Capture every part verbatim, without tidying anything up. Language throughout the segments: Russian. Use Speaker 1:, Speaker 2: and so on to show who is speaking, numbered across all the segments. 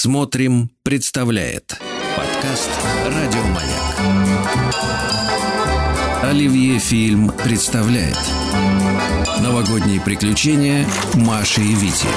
Speaker 1: Смотрим, представляет подкаст «Радио Маяк». Оливье Фильм представляет новогодние приключения Маши и Вити.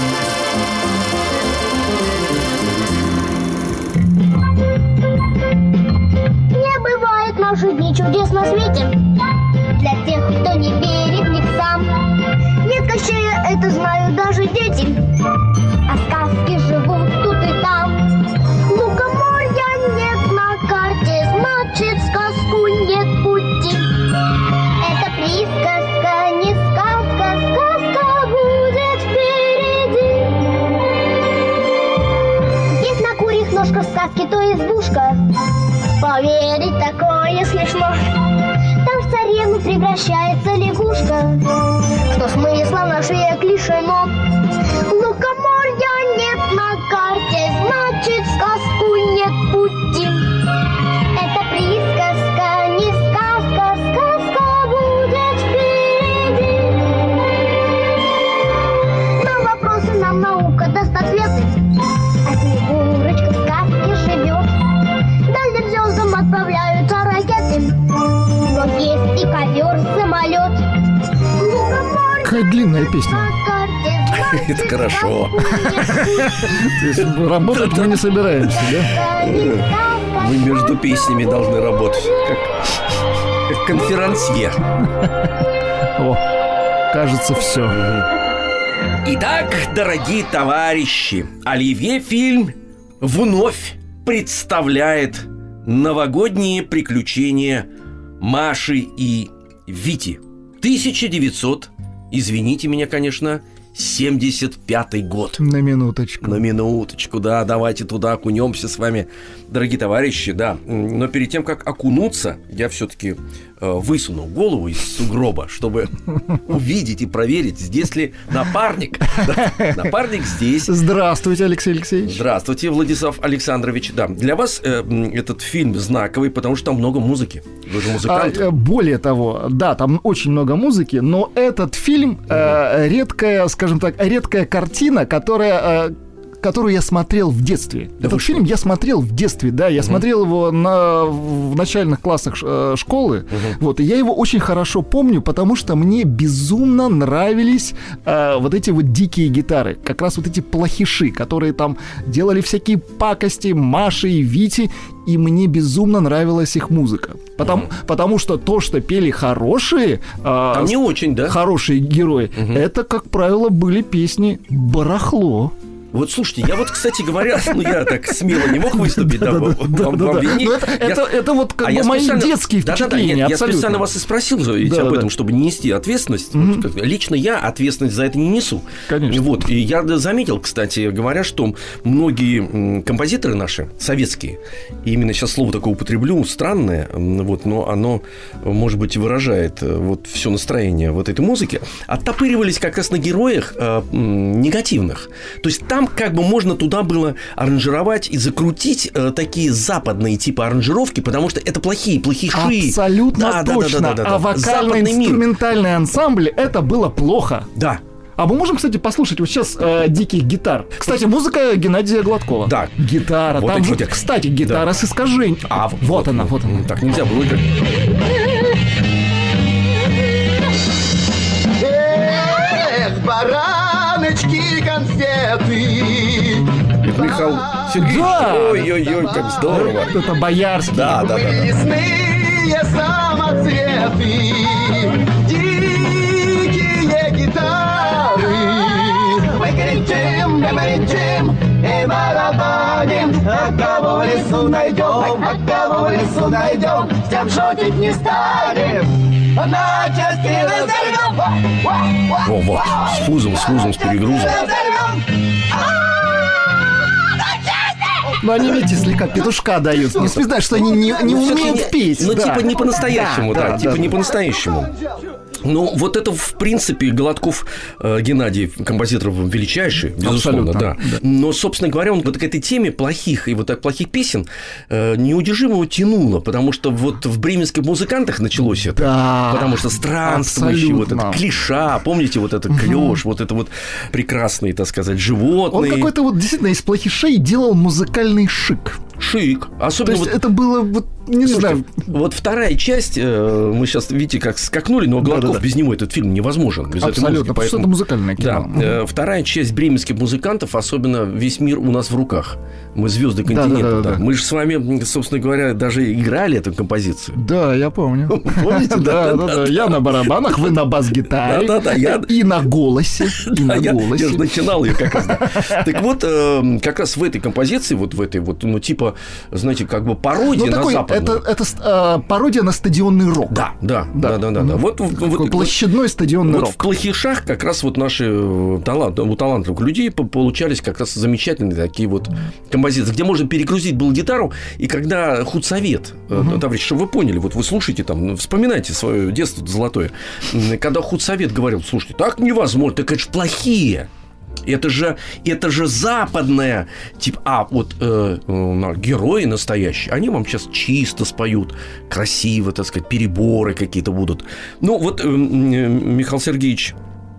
Speaker 2: Не бывает, наши дни чудес на свете для тех, кто не верит в них сам. Нет Кощея, это знают даже дети, а сказки живут тут и там. Лукоморья нет на карте, значит, в сказку нет пути. Это присказка, не сказка, сказка будет впереди. Есть на курьих ножках сказки, то избушка. Поверить такое смешно. Там в царевну превращается лягушка. Что смысла нашей клише, но лукоморья нет на карте, значит, в сказку нет пути. Это присказка, не сказка, сказка будет впереди. На вопросы нам наука даст ответы, а Снегурочка в сказке живет. Далее к звездам отправляются ракеты, но есть и ковер-самолет.
Speaker 3: Какая длинная песня.
Speaker 4: Это хорошо.
Speaker 3: То есть работать мы не собираемся, да?
Speaker 4: Мы между песнями должны работать. Как, как конферансье.
Speaker 3: О, кажется, все.
Speaker 4: Итак, дорогие товарищи, Оливье Фильм вновь представляет новогодние приключения Маши и Вити. тысяча девятьсот, извините меня, конечно, семьдесят пятый год.
Speaker 3: На минуточку.
Speaker 4: На минуточку, да, давайте туда окунемся с вами, дорогие товарищи, да. Но перед тем, как окунуться, я все-таки э, высуну голову из сугроба, чтобы увидеть и проверить, здесь ли напарник. Да, напарник здесь.
Speaker 3: Здравствуйте, Алексей Алексеевич.
Speaker 4: Здравствуйте, Владислав Александрович. Да, для вас э, этот фильм знаковый, потому что там много музыки. Вы же музыкант.
Speaker 3: А, более того, да, там очень много музыки, но этот фильм э, редкая, скажем так, редкая картина, которая... Э, которую я смотрел в детстве.
Speaker 4: Да
Speaker 3: Этот фильм я смотрел в детстве, да, я угу. смотрел его на, в начальных классах э, школы, угу. вот, и я его очень хорошо помню, потому что мне безумно нравились э, вот эти вот дикие гитары, как раз вот эти плохиши, которые там делали всякие пакости, Маши и Вити, и мне безумно нравилась их музыка. Потому, угу. потому что то, что пели хорошие, э,
Speaker 4: не очень, да?
Speaker 3: хорошие герои, угу. это, как правило, были песни барахло.
Speaker 4: Вот слушайте, я вот, кстати говоря, ну я так смело не мог выступить, да, вам винить.
Speaker 3: Это вот как бы мои детские впечатления, абсолютно.
Speaker 4: Я специально вас и спросил об этом, чтобы не нести ответственность. Лично я ответственность за это не несу.
Speaker 3: Конечно.
Speaker 4: Вот, и я заметил, кстати говоря, что многие композиторы наши, советские, и именно сейчас слово такое употреблю, странное, вот, но оно, может быть, выражает вот все настроение вот этой музыки, оттопыривались как раз на героях негативных. То есть там как бы можно туда было аранжировать и закрутить э, такие западные типа аранжировки, потому что это плохие, плохиши.
Speaker 3: Абсолютно да, точно. Да, да, да, да, да. А вокально-инструментальный ансамбль это было плохо.
Speaker 4: Да.
Speaker 3: А мы можем, кстати, послушать вот сейчас э, диких гитар. Кстати, музыка Геннадия Гладкова.
Speaker 4: Да.
Speaker 3: Гитара.
Speaker 4: Вот
Speaker 3: там же, кстати, гитара да. с искажением.
Speaker 4: А, вот,
Speaker 3: вот она, вот она.
Speaker 4: Так нельзя было играть.
Speaker 5: Бараночки, конфеты.
Speaker 4: Михаил Сергеевич,
Speaker 3: да.
Speaker 4: ой-ой-ой, как здорово.
Speaker 3: Это боярский.
Speaker 4: Да, да, да.
Speaker 5: Лесные самоцветы, дикие гитары. Мы кричим, мы кричим и барабаним. А кого в лесу найдем, а кого в лесу найдем, с тем шутить не станем. На части разорвем.
Speaker 4: Во, во, с фузом, с фузом, с перегрузом.
Speaker 3: Ну, они, видите, слегка петушка дают. Не спезнать, что они не, не умеют петь.
Speaker 4: Ну,
Speaker 3: да.
Speaker 4: типа не по-настоящему, да, да, да типа да, не да. по-настоящему. Ну, вот это, в принципе, Голодков э, Геннадий, композитор величайший, безусловно, да. да. Но, собственно говоря, он вот к этой теме плохих и вот так плохих песен э, неудержимо его тянуло, потому что вот в бременских музыкантах началось это. Да, потому что странствующий, вот этот клиша, помните, вот этот клёш, вот это вот прекрасные, так сказать, животные.
Speaker 3: Он какой-то вот действительно из плохишей делал музыкальный шик.
Speaker 4: Шик. Особенно.
Speaker 3: То есть
Speaker 4: вот...
Speaker 3: это было, вот, не
Speaker 4: Слушайте,
Speaker 3: знаю.
Speaker 4: Вот вторая часть, мы сейчас, видите, как скакнули, но Голодков, да, да, да. без него этот фильм невозможен. Без
Speaker 3: Абсолютно,
Speaker 4: этой музыки,
Speaker 3: потому что это музыкальное кино.
Speaker 4: Да. Угу. Вторая часть бременских музыкантов, особенно «Весь мир у нас в руках». Мы звезды континента. Да, да, да, да. Мы же с вами, собственно говоря, даже играли эту композицию.
Speaker 3: Да, я помню.
Speaker 4: Помните?
Speaker 3: Да, да, да. Я на барабанах, вы на бас-гитаре.
Speaker 4: Да, да, да.
Speaker 3: И на голосе. И на голосе.
Speaker 4: Я же начинал ее как раз. Так вот, как раз в этой композиции, вот в этой вот, ну, типа, знаете, как бы пародия на западную.
Speaker 3: Это пародия на стадионный рок.
Speaker 4: Да, да, да, да, да. Вот
Speaker 3: площадной стадионный рок.
Speaker 4: В плохишах как раз вот наши таланты, у талантливых людей получались как раз замечательные такие вот композиции, где можно перегрузить было гитару, и когда худсовет, uh-huh. товарищи, чтобы вы поняли, вот вы слушайте там, вспоминайте свое детство золотое, когда худсовет говорил, слушайте, так невозможно, так это же плохие. Это же, это же западная, типа, а вот э, э, герои настоящие, они вам сейчас чисто споют, красиво, так сказать, переборы какие-то будут. Ну, вот э, Михаил Сергеевич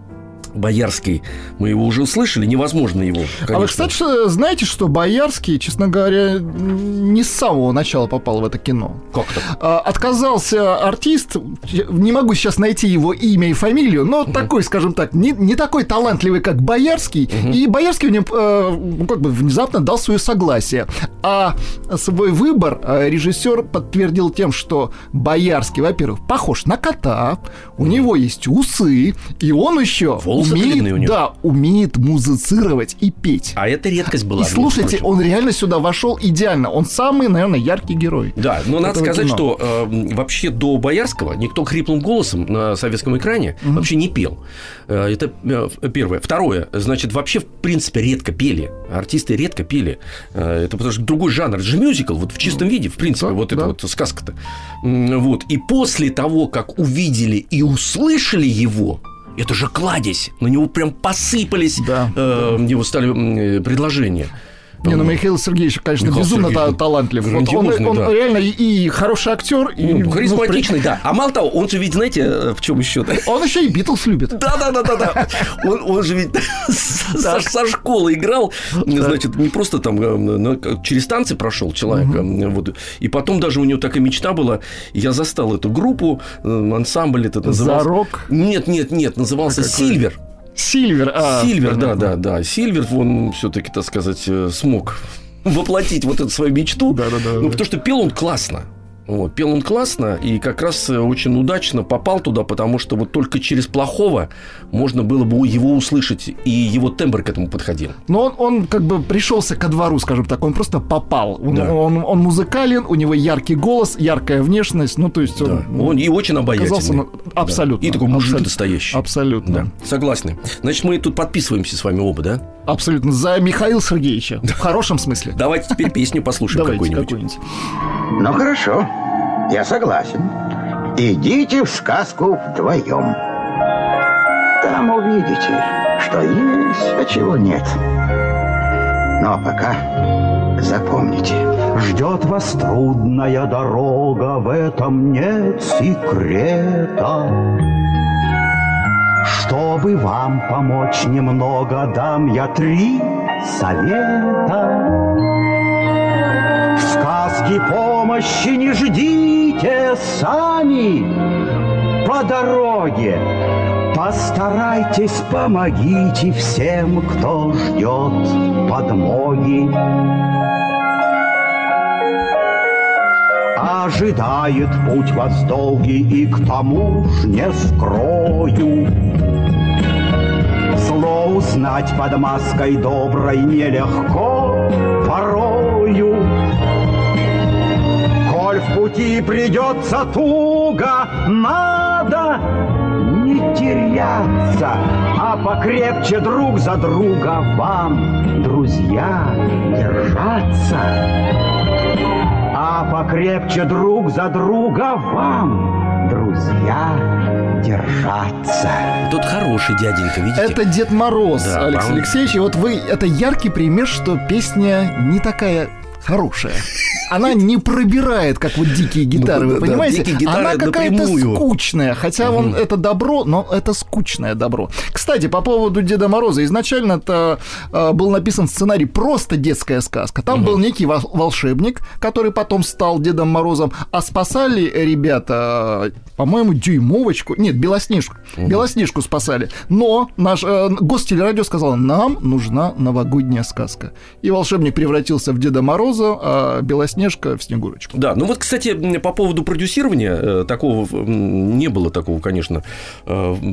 Speaker 4: Боярский, мы его уже услышали, невозможно его, конечно.
Speaker 3: А вы, кстати, знаете, что Боярский, честно говоря, не с самого начала попал в это кино?
Speaker 4: Как так?
Speaker 3: Отказался артист, не могу сейчас найти его имя и фамилию, но угу. такой, скажем так, не, не такой талантливый, как Боярский, угу. и Боярский у него э, как бы внезапно дал свое согласие. А свой выбор режиссер подтвердил тем, что Боярский, во-первых, похож на кота, у него есть усы, и он еще... Умеет, да, умеет музицировать и петь.
Speaker 4: А это редкость была.
Speaker 3: И слушайте, он реально сюда вошел идеально. Он самый, наверное, яркий герой.
Speaker 4: Да, но надо сказать, кино. что э, вообще до Боярского никто хриплым голосом на советском экране угу. вообще не пел. Э, это э, первое. Второе, значит, вообще, в принципе, редко пели. Артисты редко пели. Э, это потому что другой жанр. Это же мюзикл, вот в чистом виде, в принципе, да, вот да. эта вот сказка-то. Вот. И после того, как увидели и услышали его, это же кладезь, на него прям посыпались, да, э, да. его стали э, предложения.
Speaker 3: Не, ну Михаил Сергеевич, конечно, Михаил безумно Сергеевич, талантлив. Вот он, он да. реально и, и хороший актер, и
Speaker 4: ну, харизматичный, ну, да. А мало того, он же ведь, знаете, в чем еще?
Speaker 3: Он еще и Битлз любит.
Speaker 4: Да, да, да, да, да. Он, он же ведь со, со школы играл, значит, не просто там через танцы прошел человек, угу. вот. И потом даже у него такая мечта была. Я застал эту группу, ансамбль этот назывался.
Speaker 3: Зарок?
Speaker 4: Нет, нет, нет, назывался а Сильвер.
Speaker 3: Сильвер, а,
Speaker 4: Сильвер, да, да, да. Сильвер, он все-таки, так сказать, смог воплотить вот эту свою мечту. Да, да, да. Ну, потому что пел он классно. Вот, пел он классно и как раз очень удачно попал туда, потому что вот только через плохого можно было бы его услышать, и его тембр к этому подходил.
Speaker 3: Но он, он как бы пришелся ко двору, скажем так, он просто попал. Он, да. он, он музыкален, у него яркий голос, яркая внешность, ну то есть он,
Speaker 4: да. он и очень обаятельный.
Speaker 3: Абсолютно.
Speaker 4: Да. И такой мужик
Speaker 3: абсолютно.
Speaker 4: настоящий.
Speaker 3: Абсолютно.
Speaker 4: Да. Согласны. Значит, мы тут подписываемся с вами оба, да?
Speaker 3: Абсолютно. За Михаила Сергеевича. В хорошем смысле.
Speaker 4: Давайте теперь песню послушаем какую-нибудь.
Speaker 6: Ну хорошо. Я согласен. Идите в сказку вдвоем. Там увидите, что есть, а чего нет. Но пока запомните.
Speaker 7: Ждет вас трудная дорога, в этом нет секрета. Чтобы вам помочь немного, дам я три совета. В сказке помощи не ждите сами по дороге. Постарайтесь, помогите всем, кто ждет подмоги. Ожидает путь вас долгий, и к тому ж не скрою. Зло узнать под маской доброй нелегко порою. Коль в пути придется туго, надо не теряться, а покрепче друг за друга вам, друзья, держаться. А по покрепче друг за друга вам, друзья, держаться.
Speaker 4: Тут хороший дяденька, видите?
Speaker 3: Это Дед Мороз,
Speaker 4: Да,
Speaker 3: Алексей
Speaker 4: вам-
Speaker 3: Алексеевич. И вот вы, это яркий пример, что песня не такая хорошая. Она не пробирает, как вот дикие гитары,
Speaker 4: Ну,
Speaker 3: вы
Speaker 4: да,
Speaker 3: понимаете?
Speaker 4: дикие гитары
Speaker 3: Она какая-то
Speaker 4: напрямую.
Speaker 3: скучная. Хотя вон это добро, но это скучное добро. Кстати, по поводу Деда Мороза. Изначально это э, был написан сценарий просто детская сказка. Там был некий вол- волшебник, который потом стал Дедом Морозом, а спасали ребята, э, по-моему, Дюймовочку. Нет, Белоснежку. Белоснежку спасали. Но наш э, гостелерадио сказал, нам нужна новогодняя сказка. И волшебник превратился в Деда Мороза, а Белоснежка в Снегурочку.
Speaker 4: Да, ну вот, кстати, по поводу продюсирования, э, такого м, не было такого, конечно, э,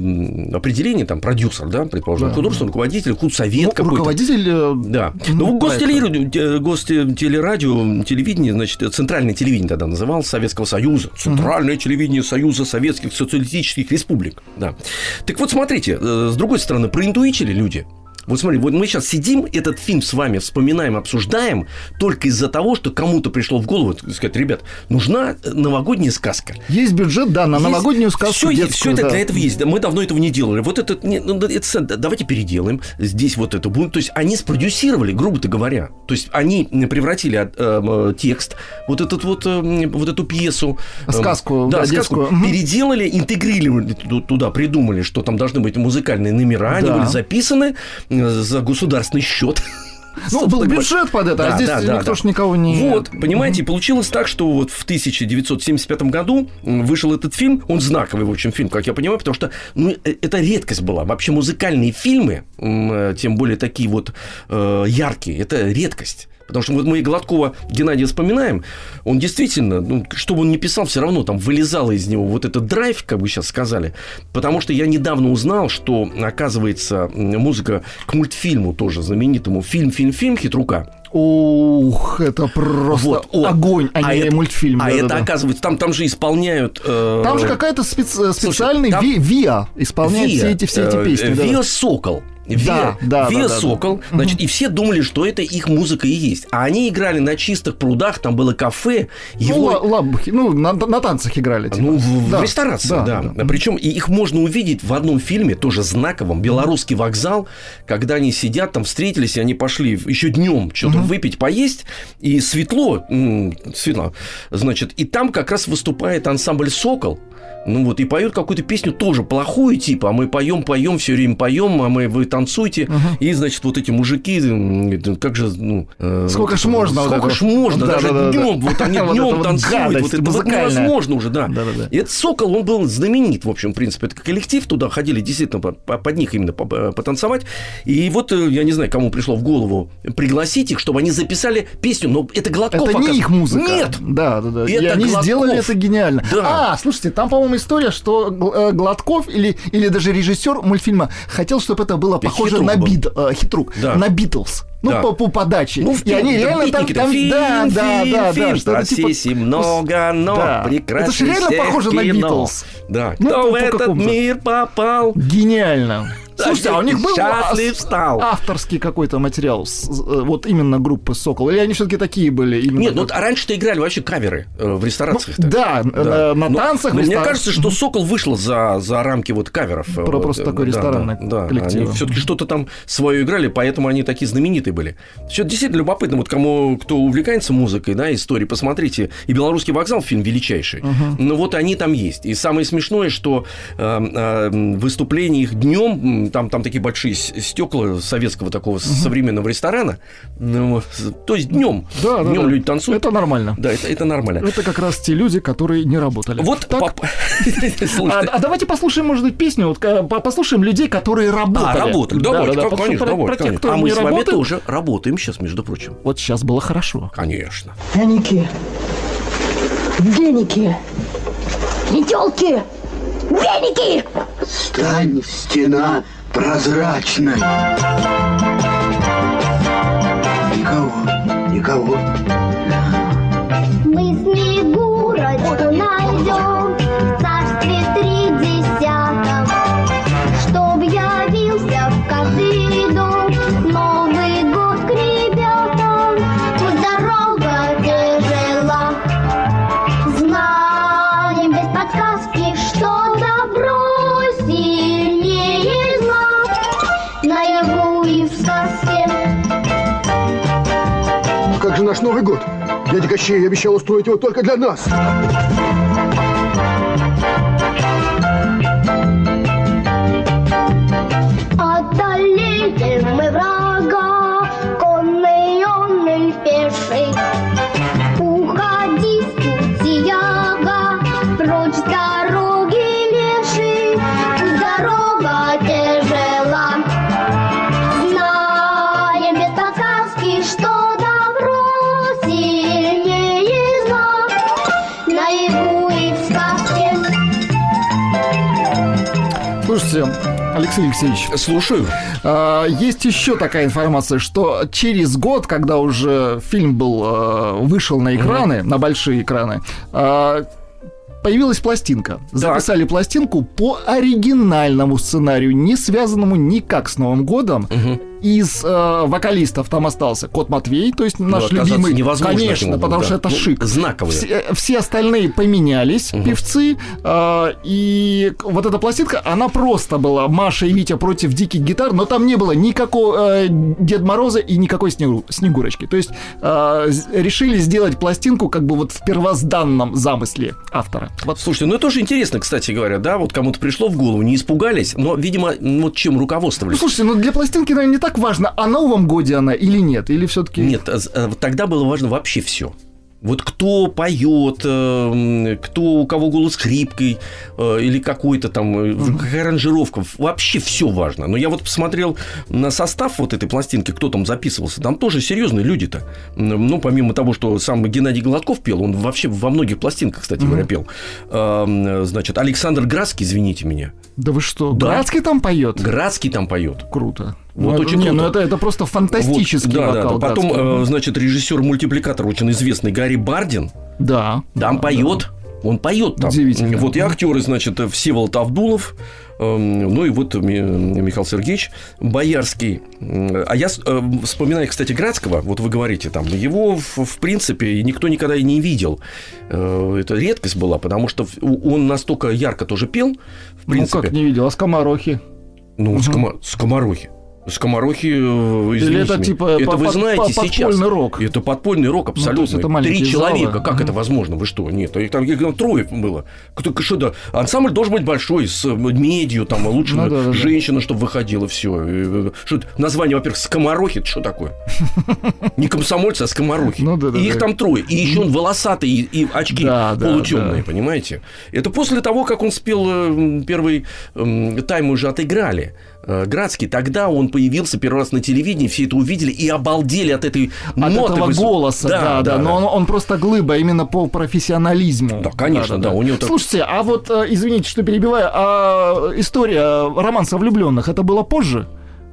Speaker 4: м, определения, там, продюсер, да, предположим,
Speaker 3: Да,
Speaker 4: художественный руководитель, худсовет
Speaker 3: Ну,
Speaker 4: какой-то.
Speaker 3: руководитель... э,
Speaker 4: Да.
Speaker 3: ну,
Speaker 4: Ну,
Speaker 3: проекта.
Speaker 4: гостелерадио, гостелерадио, телевидение, значит, центральное телевидение тогда называлось Советского Союза. Центральное телевидение Союза Советских Социалистических Республик. Да. Так вот, смотрите, э, с другой стороны, проинтуичили люди. Вот смотри, вот мы сейчас сидим, этот фильм с вами вспоминаем, обсуждаем только из-за того, что кому-то пришло в голову сказать, ребят, нужна новогодняя сказка.
Speaker 3: Есть бюджет, да, на
Speaker 4: Есть-
Speaker 3: новогоднюю сказку
Speaker 4: Все,
Speaker 3: детскую,
Speaker 4: все это
Speaker 3: да.
Speaker 4: для этого есть. Да, мы давно этого не делали. Вот это, не, ну, это давайте переделаем. Здесь вот это будем. То есть они спродюсировали, грубо-то говоря. То есть они превратили э, э, текст, вот этот вот, э, вот эту пьесу, э,
Speaker 3: Сказку,
Speaker 4: да,
Speaker 3: да,
Speaker 4: сказку,
Speaker 3: детскую. Мгм.
Speaker 4: переделали, интегрировали ту- туда, придумали, что там должны быть музыкальные номера, они
Speaker 3: Да.
Speaker 4: были записаны э, за государственный счет.
Speaker 3: Ну, был бюджет под это,
Speaker 4: Да,
Speaker 3: а здесь
Speaker 4: да, да,
Speaker 3: никто
Speaker 4: да.
Speaker 3: ж никого не...
Speaker 4: Вот, понимаете, получилось так, что вот в тысяча девятьсот семьдесят пятом году вышел этот фильм, он знаковый, в общем, фильм, как я понимаю, потому что, ну, э- это редкость была. Вообще музыкальные фильмы, м, э, тем более такие вот э, яркие, это редкость. Потому что вот мы и Гладкова Геннадия вспоминаем, он действительно, ну, что бы он ни писал, все равно там вылезало из него вот этот драйв, как бы сейчас сказали. Потому что я недавно узнал, что, оказывается, музыка к мультфильму тоже знаменитому «Фильм, фильм, фильм» Хитрука.
Speaker 3: Ух, это просто
Speaker 4: Вот, о,
Speaker 3: огонь, а, не
Speaker 4: это,
Speaker 3: мультфильм.
Speaker 4: А
Speaker 3: да, да,
Speaker 4: это,
Speaker 3: да.
Speaker 4: оказывается, там, там же исполняют... э,
Speaker 3: Там же какая-то специ- специальный
Speaker 4: там-
Speaker 3: Ви- ВИА исполняет
Speaker 4: Виа,
Speaker 3: все эти, все эти
Speaker 4: э,
Speaker 3: песни. да,
Speaker 4: Виа
Speaker 3: да.
Speaker 4: Сокол.
Speaker 3: Да,
Speaker 4: Виа,
Speaker 3: да,
Speaker 4: Виа
Speaker 3: да, да,
Speaker 4: Сокол.
Speaker 3: да.
Speaker 4: Значит, и все думали, что это их музыка и есть. А они играли на чистых прудах, там было кафе.
Speaker 3: Ну,
Speaker 4: Его...
Speaker 3: ла- лабухи, ну, на, на танцах играли. Типа.
Speaker 4: Ну, в,
Speaker 3: Да,
Speaker 4: в ресторации, да.
Speaker 3: да, да.
Speaker 4: Причем и их можно увидеть в одном фильме, тоже знаковом, «Белорусский вокзал», когда они сидят, там встретились, и они пошли еще днем что-то
Speaker 3: Мгм.
Speaker 4: выпить, поесть, и светло, м, светло, значит, и там как раз выступает ансамбль «Сокол». Ну вот, и поют какую-то песню тоже плохую, типа, а мы поем, поем, все время поем, а мы вы танцуйте.
Speaker 3: Мгм.
Speaker 4: И, значит, вот эти мужики, м, как же, ну... э,
Speaker 3: Сколько
Speaker 4: вот
Speaker 3: ж
Speaker 4: это,
Speaker 3: можно вот
Speaker 4: Сколько
Speaker 3: это
Speaker 4: ж
Speaker 3: вот.
Speaker 4: можно,
Speaker 3: Да,
Speaker 4: даже
Speaker 3: да, да, да.
Speaker 4: днем, вот они
Speaker 3: Вот это
Speaker 4: днем
Speaker 3: вот
Speaker 4: танцуют,
Speaker 3: гадость
Speaker 4: вот это вот
Speaker 3: музыкальная.
Speaker 4: невозможно уже, да.
Speaker 3: Да, да, да.
Speaker 4: И этот «Сокол», он был знаменит, в общем, в принципе. Это коллектив, туда ходили действительно по- по- под них именно по- по- потанцевать. И вот, э, я не знаю, кому пришло в голову пригласить их, чтобы они записали песню, но это Гладков
Speaker 3: Это не
Speaker 4: оказ-
Speaker 3: их музыка.
Speaker 4: Нет!
Speaker 3: Да, да, да. И
Speaker 4: Это
Speaker 3: они
Speaker 4: Гладков.
Speaker 3: сделали это гениально.
Speaker 4: Да.
Speaker 3: А, слушайте, там, по-моему, история, что Гл- э, Гладков или, или даже режиссер мультфильма хотел, чтобы это было похоже
Speaker 4: Хитрук
Speaker 3: на
Speaker 4: был.
Speaker 3: бит, э, Хитрук,
Speaker 4: Да.
Speaker 3: на Битлз. Ну,
Speaker 4: Да.
Speaker 3: по, по подаче.
Speaker 4: Ну, в
Speaker 3: и они
Speaker 4: фильме,
Speaker 3: реально там,
Speaker 4: битники-то,
Speaker 3: там
Speaker 4: фильм,
Speaker 3: да, да,
Speaker 4: фильм,
Speaker 3: да,
Speaker 4: фильм,
Speaker 3: да, что-то типа...
Speaker 4: профессий много, но
Speaker 3: Да.
Speaker 4: прекрасней
Speaker 3: Это же реально
Speaker 4: всех
Speaker 3: похоже на
Speaker 4: кино.
Speaker 3: Битлз.
Speaker 4: Да.
Speaker 3: Ну,
Speaker 4: Кто
Speaker 3: по-
Speaker 4: в
Speaker 3: по
Speaker 4: этот
Speaker 3: какому-то.
Speaker 4: мир попал?
Speaker 3: Гениально. Слушайте, а у них был
Speaker 4: Счастлив
Speaker 3: ас-
Speaker 4: стал.
Speaker 3: авторский какой-то материал, с- с- вот именно группы «Сокол», или они все-таки такие были? Именно
Speaker 4: Нет, ну
Speaker 3: как-
Speaker 4: вот раньше-то играли вообще каверы э, в ресторациях.
Speaker 3: Ну, да, э, на
Speaker 4: Но-
Speaker 3: танцах, в
Speaker 4: но мне
Speaker 3: ресторан-
Speaker 4: кажется, что «Сокол» вышла за, за рамки вот каверов. э,
Speaker 3: Про-
Speaker 4: вот,
Speaker 3: просто
Speaker 4: э,
Speaker 3: такой
Speaker 4: да,
Speaker 3: ресторанный
Speaker 4: да, да.
Speaker 3: коллектив.
Speaker 4: Они все-таки что-то там свое играли, поэтому они такие знаменитые были. Все действительно любопытно. Вот кому, кто увлекается музыкой, да, историей, посмотрите. И «Белорусский вокзал» фильм величайший. Но вот они там есть. И самое смешное, что э, э, выступление их днем, там, там такие большие с- стекла советского такого современного ресторана. Ну, то есть днем.
Speaker 3: Да, да,
Speaker 4: Днем
Speaker 3: да.
Speaker 4: люди танцуют.
Speaker 3: Это нормально.
Speaker 4: Да, это, это нормально.
Speaker 3: Это как раз те люди, которые не работали.
Speaker 4: Вот
Speaker 3: Так,
Speaker 4: пап-
Speaker 3: а,
Speaker 4: Слушайте,
Speaker 3: а давайте послушаем, может быть, песню. Вот, э, по- послушаем людей, которые работали.
Speaker 4: А, работали, давайте,
Speaker 3: да,
Speaker 4: как,
Speaker 3: потому что
Speaker 4: конечно,
Speaker 3: про-
Speaker 4: давайте,
Speaker 3: про тех,
Speaker 4: конечно.
Speaker 3: кто
Speaker 4: А мы
Speaker 3: не
Speaker 4: с вами
Speaker 3: работает,
Speaker 4: тоже работаем сейчас, между прочим.
Speaker 3: Вот сейчас было хорошо.
Speaker 4: Конечно.
Speaker 8: Пряники, веники, метелки, веники.
Speaker 5: Стань, стена прозрачной. Никого, никого.
Speaker 2: Мы Снегурочку найдем в царстве тридесятом, чтоб явился в каждый дом Новый год к ребятам. Пусть дорога тяжела,
Speaker 9: как же наш Новый год? Дядя Кощей обещал устроить его только для нас.
Speaker 2: Одолеем мы врага, конный он или пеший. Уходи, скутияга, прочь с дороги леший. Дорога тяжела. Знаем без подсказки, что добро сильнее зла. Наяву и в сказке.
Speaker 3: Слушайте, Алексей Алексеевич.
Speaker 4: Слушаю.
Speaker 3: Есть еще такая информация, что через год, когда уже фильм был, вышел на экраны, mm-hmm. на большие экраны, появилась пластинка. Записали так. пластинку по оригинальному сценарию, не связанному никак с Новым годом. Mm-hmm. Из э, вокалистов там остался Кот Матвей, то есть наш ну, любимый, конечно, потому да. что это ну, шик.
Speaker 4: Знаковый.
Speaker 3: Все, все остальные поменялись, угу. певцы, э, и вот эта пластинка, она просто была Маша и Витя против диких гитар, но там не было никакого э, Деда Мороза и никакой снегу, Снегурочки. То есть э, решили сделать пластинку как бы вот в первозданном замысле автора.
Speaker 4: Вот. Слушайте, ну это тоже интересно, кстати говоря, да, вот кому-то пришло в голову, не испугались, но, видимо, вот чем руководствовались.
Speaker 3: Ну, слушайте, ну для пластинки, наверное, не так важно, о Новом годе она или нет, или все-таки...
Speaker 4: Нет, тогда было важно вообще все. Вот кто поет, кто, у кого голос хрипкий, или какой-то там, uh-huh. какая аранжировка, вообще все важно. Но я вот посмотрел на состав вот этой пластинки, кто там записывался, там тоже серьезные люди-то. Ну, помимо того, что сам Геннадий Гладков пел, он вообще во многих пластинках, кстати uh-huh. говоря, пел. Значит, Александр Градский, извините меня.
Speaker 3: Да вы что,
Speaker 4: да.
Speaker 3: Градский там поет?
Speaker 4: Градский там поет.
Speaker 3: Круто.
Speaker 4: Вот
Speaker 3: ну,
Speaker 4: очень
Speaker 3: не,
Speaker 4: круто.
Speaker 3: Ну это, это просто фантастический
Speaker 4: вот, да,
Speaker 3: вокал.
Speaker 4: Да, да. Потом, э, значит, режиссер-мультипликатор очень известный Гарри Бардин.
Speaker 3: Да.
Speaker 4: Там да, поет. Да. Он поет там.
Speaker 3: Удивительно.
Speaker 4: Вот и актеры, значит, Всеволод Авдулов, э, ну и вот Михаил Сергеевич Боярский. А я э, вспоминаю, кстати, Градского, вот вы говорите, там, его, в, в принципе, никто никогда и не видел. Э, это редкость была, потому что он настолько ярко тоже пел, в принципе.
Speaker 3: Ну, как не видел, а скоморохи?
Speaker 4: Ну, угу. скомо... скоморохи. Скоморохи, извините.
Speaker 3: Или это типа
Speaker 4: это вы знаете
Speaker 3: под,
Speaker 4: сейчас.
Speaker 3: Подпольный рок.
Speaker 4: Это подпольный рок абсолютно.
Speaker 3: Ну,
Speaker 4: Три человека.
Speaker 3: залы.
Speaker 4: Как
Speaker 3: mm-hmm.
Speaker 4: это возможно? Вы что? Нет, их там, их там трое было. Только что да. Ансамбль должен быть большой, с медью, там лучше ну, да, женщина, да. чтобы выходила, все. Что название, во-первых, скоморохи, это что такое? Не комсомольцы, а скоморохи.
Speaker 3: Ну, да, да,
Speaker 4: и их
Speaker 3: да.
Speaker 4: там трое. И еще он волосатый, и очки да, полутемные, да. понимаете? Это после того, как он спел первый тайм, уже отыграли. Градский, тогда он появился первый раз на телевидении, все это увидели и обалдели от этой
Speaker 3: от ноты этого высок... голоса, да, да, да, да. Но он, он просто глыба именно по профессионализму.
Speaker 4: Да, конечно, да. да, да. У него
Speaker 3: Слушайте, так... а вот, извините, что перебиваю, а история романса влюбленных, это было позже?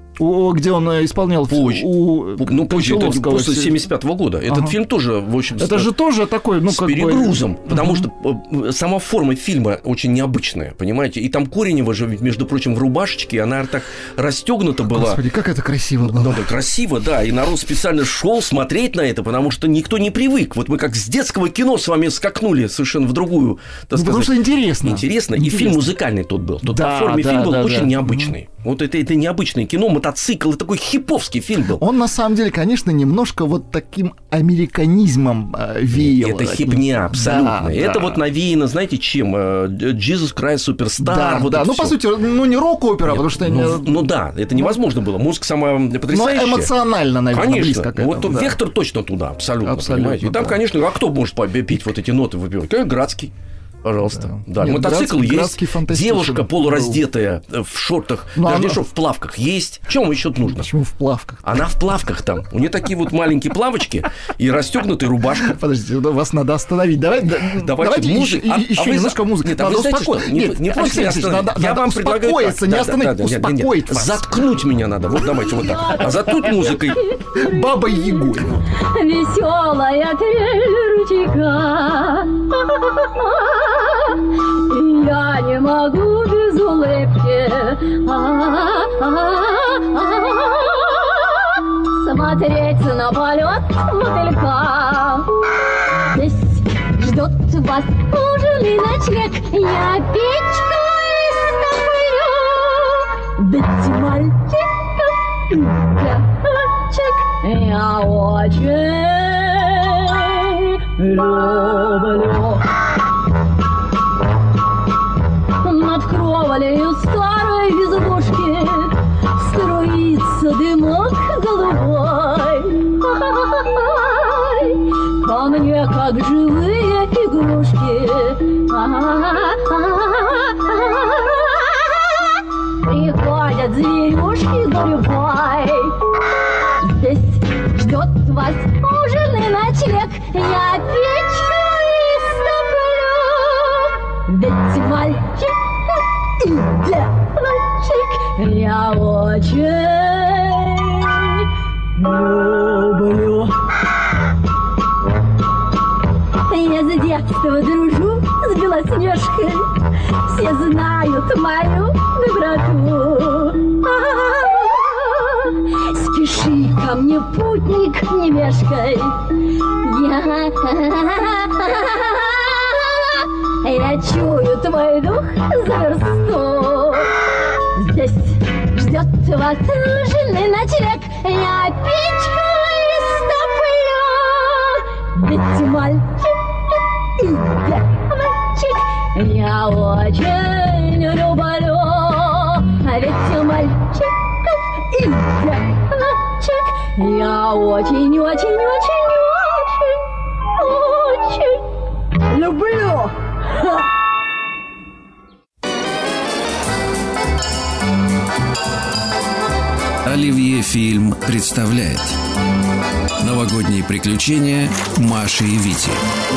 Speaker 3: У, где он исполнял
Speaker 4: позже.
Speaker 3: У,
Speaker 4: ну, позже, это после семьдесят пятого года. Этот ага. фильм тоже, в общем...
Speaker 3: Это с, же тоже такой, ну,
Speaker 4: с
Speaker 3: как
Speaker 4: перегрузом,
Speaker 3: бы...
Speaker 4: потому
Speaker 3: uh-huh.
Speaker 4: что сама форма фильма очень необычная, понимаете? И там Коренева же, между прочим, в рубашечке, она так расстегнута была.
Speaker 3: Господи, как это красиво было.
Speaker 4: Ну, да, красиво, да, и народ специально шел смотреть на это, потому что никто не привык. Вот мы как с детского кино с вами скакнули совершенно в другую, так
Speaker 3: ну,
Speaker 4: сказать.
Speaker 3: Потому что интересно.
Speaker 4: Интересно.
Speaker 3: интересно.
Speaker 4: И фильм музыкальный тот был. Тот
Speaker 3: да,
Speaker 4: по форме
Speaker 3: да,
Speaker 4: фильм был
Speaker 3: да,
Speaker 4: очень
Speaker 3: да.
Speaker 4: необычный.
Speaker 3: Mm-hmm.
Speaker 4: Вот это, это необычное кино, мотоцикл, это такой хиповский фильм был.
Speaker 3: Он, на самом деле, конечно, немножко вот таким американизмом э, веял.
Speaker 4: Это хипня, абсолютно.
Speaker 3: Да,
Speaker 4: это
Speaker 3: да.
Speaker 4: вот навеяно, знаете, чем? Jesus Christ Superstar.
Speaker 3: Да,
Speaker 4: вот
Speaker 3: да. Ну,
Speaker 4: всё.
Speaker 3: по сути, ну, не рок-опера, потому что...
Speaker 4: Ну, ну да, это невозможно было. Музыка сама потрясающая.
Speaker 3: Ну, эмоционально, наверное,
Speaker 4: конечно.
Speaker 3: близко к этому.
Speaker 4: Вот
Speaker 3: да.
Speaker 4: вектор точно туда, абсолютно,
Speaker 3: абсолютно
Speaker 4: понимаете? И там,
Speaker 3: да.
Speaker 4: конечно, а кто может петь вот эти ноты, выпивать? Как Градский. Пожалуйста. Да. Да.
Speaker 3: Нет,
Speaker 4: Мотоцикл
Speaker 3: Градский,
Speaker 4: есть. Девушка полураздетая был. В шортах.
Speaker 3: Но
Speaker 4: даже
Speaker 3: она...
Speaker 4: не шорт, в плавках есть. Чем еще нужно?
Speaker 3: Почему в плавках?
Speaker 4: Она в плавках там. У нее такие вот маленькие плавочки и расстегнутая рубашка.
Speaker 3: Подождите, вас надо остановить. Давай,
Speaker 4: давайте
Speaker 3: давайте
Speaker 4: музыку.
Speaker 3: Еще, а, еще а немножко
Speaker 4: вы...
Speaker 3: музыки.
Speaker 4: Нет,
Speaker 3: надо
Speaker 4: а вы
Speaker 3: успокоиться.
Speaker 4: Знаете,
Speaker 3: нет,
Speaker 4: не
Speaker 3: Алексей
Speaker 4: Алексей,
Speaker 3: надо,
Speaker 4: я
Speaker 3: надо
Speaker 4: вам предлагаю
Speaker 3: успокоиться,
Speaker 4: так.
Speaker 3: не
Speaker 4: Да,
Speaker 3: остановить,
Speaker 4: да, да,
Speaker 3: успокоить
Speaker 4: нет, нет.
Speaker 3: вас.
Speaker 4: Заткнуть меня надо. Вот давайте вот так. А заткнуть музыкой.
Speaker 3: Баба Ягуль.
Speaker 10: Веселая трель ручейка. Я не могу без улыбки смотреть на полет мотылька. Здесь ждет вас ужин и ночлег. Я печку истоплю. Дайте мальчиков и девочек. Я очень люблю. Над кровлею старой избушки струится дымок голубой. Ко мне, как живые игрушки, приходят зверюшки гурьбой. Здесь ждет вас ужин и ночлег, я печку истоплю. Ведь мальчик и девочек я очень люблю. Я с детства дружу с Белоснежкой, все знают мою доброту. Спеши ко мне, путник, не мешкай. Я, я чую твой дух за версту. Здесь ждет вас ужин и ночлег, я печку истоплю. Ведь мальчик и девочек я очень люблю. А ведь мальчиков и девочек я очень, очень, очень, очень, очень люблю.
Speaker 1: Оливье Фильм представляет новогодние приключения Маши и Вити.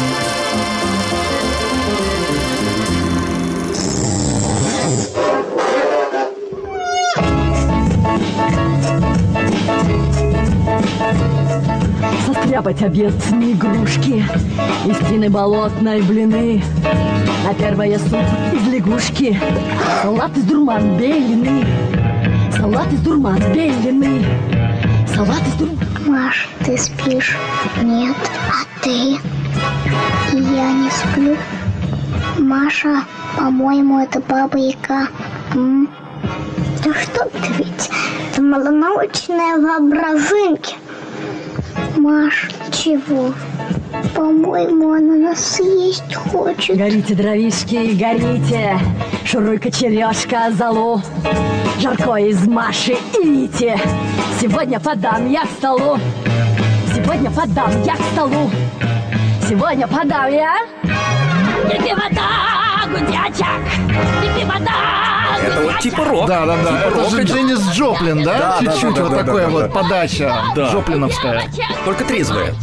Speaker 10: Соскрябать обедные игрушки из тины болотной блины. На первое суп из лягушки, салат из дурман белины, салат из дурман белины, салат из дурман.
Speaker 2: Маш, ты спишь? Нет, а ты? Я не сплю. Маша, по-моему, это Баба Яга. М? Да что ты ведь? Это малонаучное воображенье. Маш, чего? По-моему, она нас съесть хочет.
Speaker 10: Горите, дровишки, горите, шуруй-ка черешка золу. Жарко из Маши и Вити сегодня подам я к столу. Сегодня подам я к столу. Сегодня подам я. Иди вода, гудячак, иди вода.
Speaker 4: Это вот типа рок.
Speaker 3: Да, да, да.
Speaker 4: Типа
Speaker 3: Это же Дженнис Джоплин, да?
Speaker 4: Да, да,
Speaker 3: Чуть-чуть
Speaker 4: да,
Speaker 3: вот
Speaker 4: да,
Speaker 3: такая
Speaker 4: да,
Speaker 3: вот
Speaker 4: да.
Speaker 3: подача
Speaker 4: Да.
Speaker 3: джоплиновская.
Speaker 4: Только трезвая.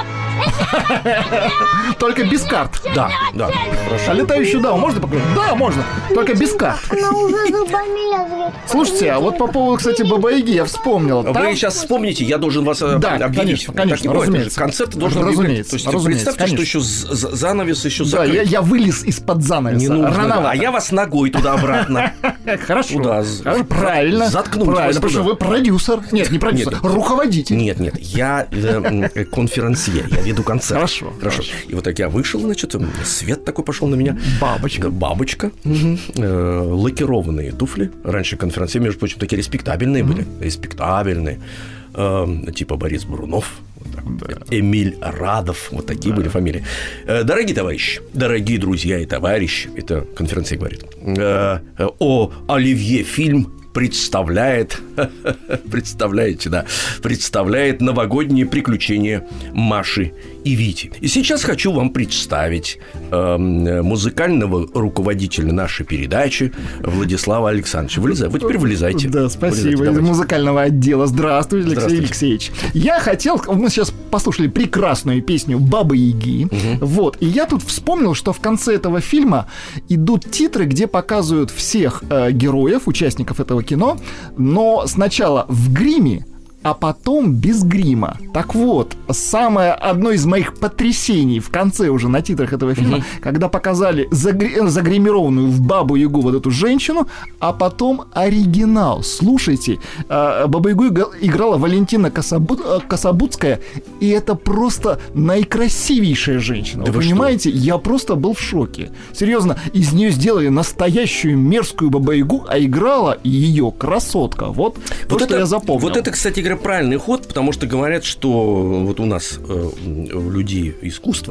Speaker 3: Только без карт.
Speaker 4: Да, да.
Speaker 3: А летающую даму можно показать? Да, можно. Только без карт.
Speaker 2: Она уже зубами лязгает.
Speaker 3: Слушайте, а вот по поводу, кстати, Баба-Яги я вспомнил.
Speaker 4: Вы
Speaker 3: Там-
Speaker 4: сейчас вспомните, я должен вас э,
Speaker 3: Да,
Speaker 4: объявить.
Speaker 3: конечно, конечно,
Speaker 4: Так не бывает.
Speaker 3: разумеется.
Speaker 4: Концерт должен
Speaker 3: Разумеется,
Speaker 4: объявлять. То есть
Speaker 3: разумеется,
Speaker 4: представьте,
Speaker 3: конечно.
Speaker 4: что еще з- з- занавес еще
Speaker 3: Да,
Speaker 4: закрыт.
Speaker 3: я, я вылез из-под занавеса.
Speaker 4: Не нужно.
Speaker 3: Рановато.
Speaker 4: А я вас ногой туда-обратно.
Speaker 3: Хорошо.
Speaker 4: Туда.
Speaker 3: Хорошо, правильно.
Speaker 4: Заткнуть вас
Speaker 3: Правильно, потому
Speaker 4: туда.
Speaker 3: что вы продюсер. Нет, не продюсер,
Speaker 4: Нет.
Speaker 3: руководитель.
Speaker 4: Нет, нет, я э, э, конферансье, я веду концерт.
Speaker 3: Хорошо,
Speaker 4: Хорошо. И вот так я вышел, значит, свет такой пошел на меня.
Speaker 3: Бабочка.
Speaker 4: Да, бабочка. Мгм. Э, лакированные туфли. Раньше конферансье, между прочим, такие респектабельные были. Респектабельные. Э, типа Борис Брунов. Вот так вот. Эмиль Радов. Вот такие были фамилии. Э, Дорогие товарищи, дорогие друзья и товарищи, это конференция говорит, э, э, о Оливье Фильм представляет, представляете, да, представляет новогодние приключения Маши и Вити. И сейчас хочу вам представить э, музыкального руководителя нашей передачи Владислава Александровича. Вылезай, вы теперь вылезайте.
Speaker 3: Да, спасибо.
Speaker 4: Вылезайте,
Speaker 3: Из
Speaker 4: давайте.
Speaker 3: музыкального отдела. Здравствуйте, Алексей
Speaker 4: Здравствуйте.
Speaker 3: Алексеевич. Я хотел... Мы сейчас послушали прекрасную песню Бабы-Яги. Вот. И я тут вспомнил, что в конце этого фильма идут титры, где показывают всех э, героев, участников этого кино, но сначала в гриме, а потом без грима. Так вот, самое одно из моих потрясений в конце уже на титрах этого фильма, mm-hmm. когда показали загри- загримированную в Бабу-Ягу вот эту женщину, а потом оригинал. Слушайте, э, Бабу-Ягу играла Валентина Кособу- Кособудская, и это просто наикрасивейшая женщина.
Speaker 4: Да
Speaker 3: вы
Speaker 4: вы
Speaker 3: понимаете, я просто был в шоке. Серьезно, из нее сделали настоящую мерзкую Бабу-Ягу, а играла ее красотка. Вот,
Speaker 4: Вот
Speaker 3: то,
Speaker 4: это,
Speaker 3: что я запомнил.
Speaker 4: Вот это, кстати говоря, правильный ход, потому что говорят, что вот у нас э, люди искусства,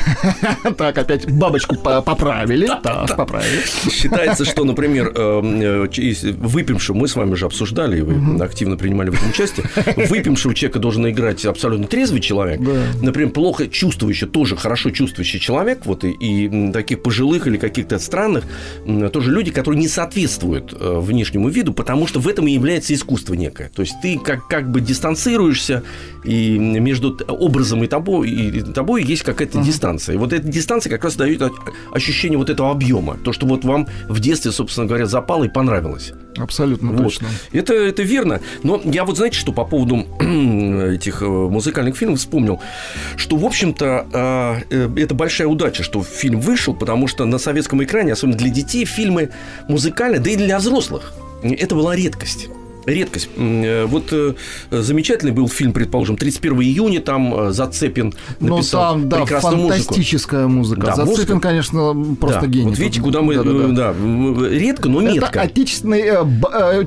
Speaker 3: Так, опять бабочку поправили. Так, поправили.
Speaker 4: Считается, что, например, выпившего, мы с вами же обсуждали, и вы активно принимали в этом участие, выпившего человека должен играть абсолютно трезвый человек. Например, плохо чувствующий, тоже хорошо чувствующий человек, вот и, и таких пожилых или каких-то странных, тоже люди, которые не соответствуют внешнему виду, потому что в этом и является искусство некое. То есть ты как, как бы дистанцируешься, и между образом и тобой, и тобой есть какая-то uh-huh. дистанция. И вот эта дистанция как раз дает ощущение вот этого объема. То, что вот вам в детстве, собственно говоря, запало и понравилось.
Speaker 3: Абсолютно
Speaker 4: вот.
Speaker 3: Точно.
Speaker 4: Это, это верно. Но я вот, знаете, что по поводу этих музыкальных фильмов вспомнил, что, в общем-то, это большая удача, что фильм вышел, потому что на советском экране, особенно для детей, фильмы музыкальные, да и для взрослых, это была редкость. Редкость. Вот э, замечательный был фильм, предположим, тридцать первого июня, там э, Зацепин написал
Speaker 3: там, да,
Speaker 4: прекрасную
Speaker 3: фантастическая музыку.
Speaker 4: музыка.
Speaker 3: Да, Зацепин,
Speaker 4: музыка,
Speaker 3: конечно, просто
Speaker 4: да.
Speaker 3: гений.
Speaker 4: Вот видите, куда мы...
Speaker 3: Да, да,
Speaker 4: да. Да, редко, но метко.
Speaker 3: Это отечественный... Э, б, э,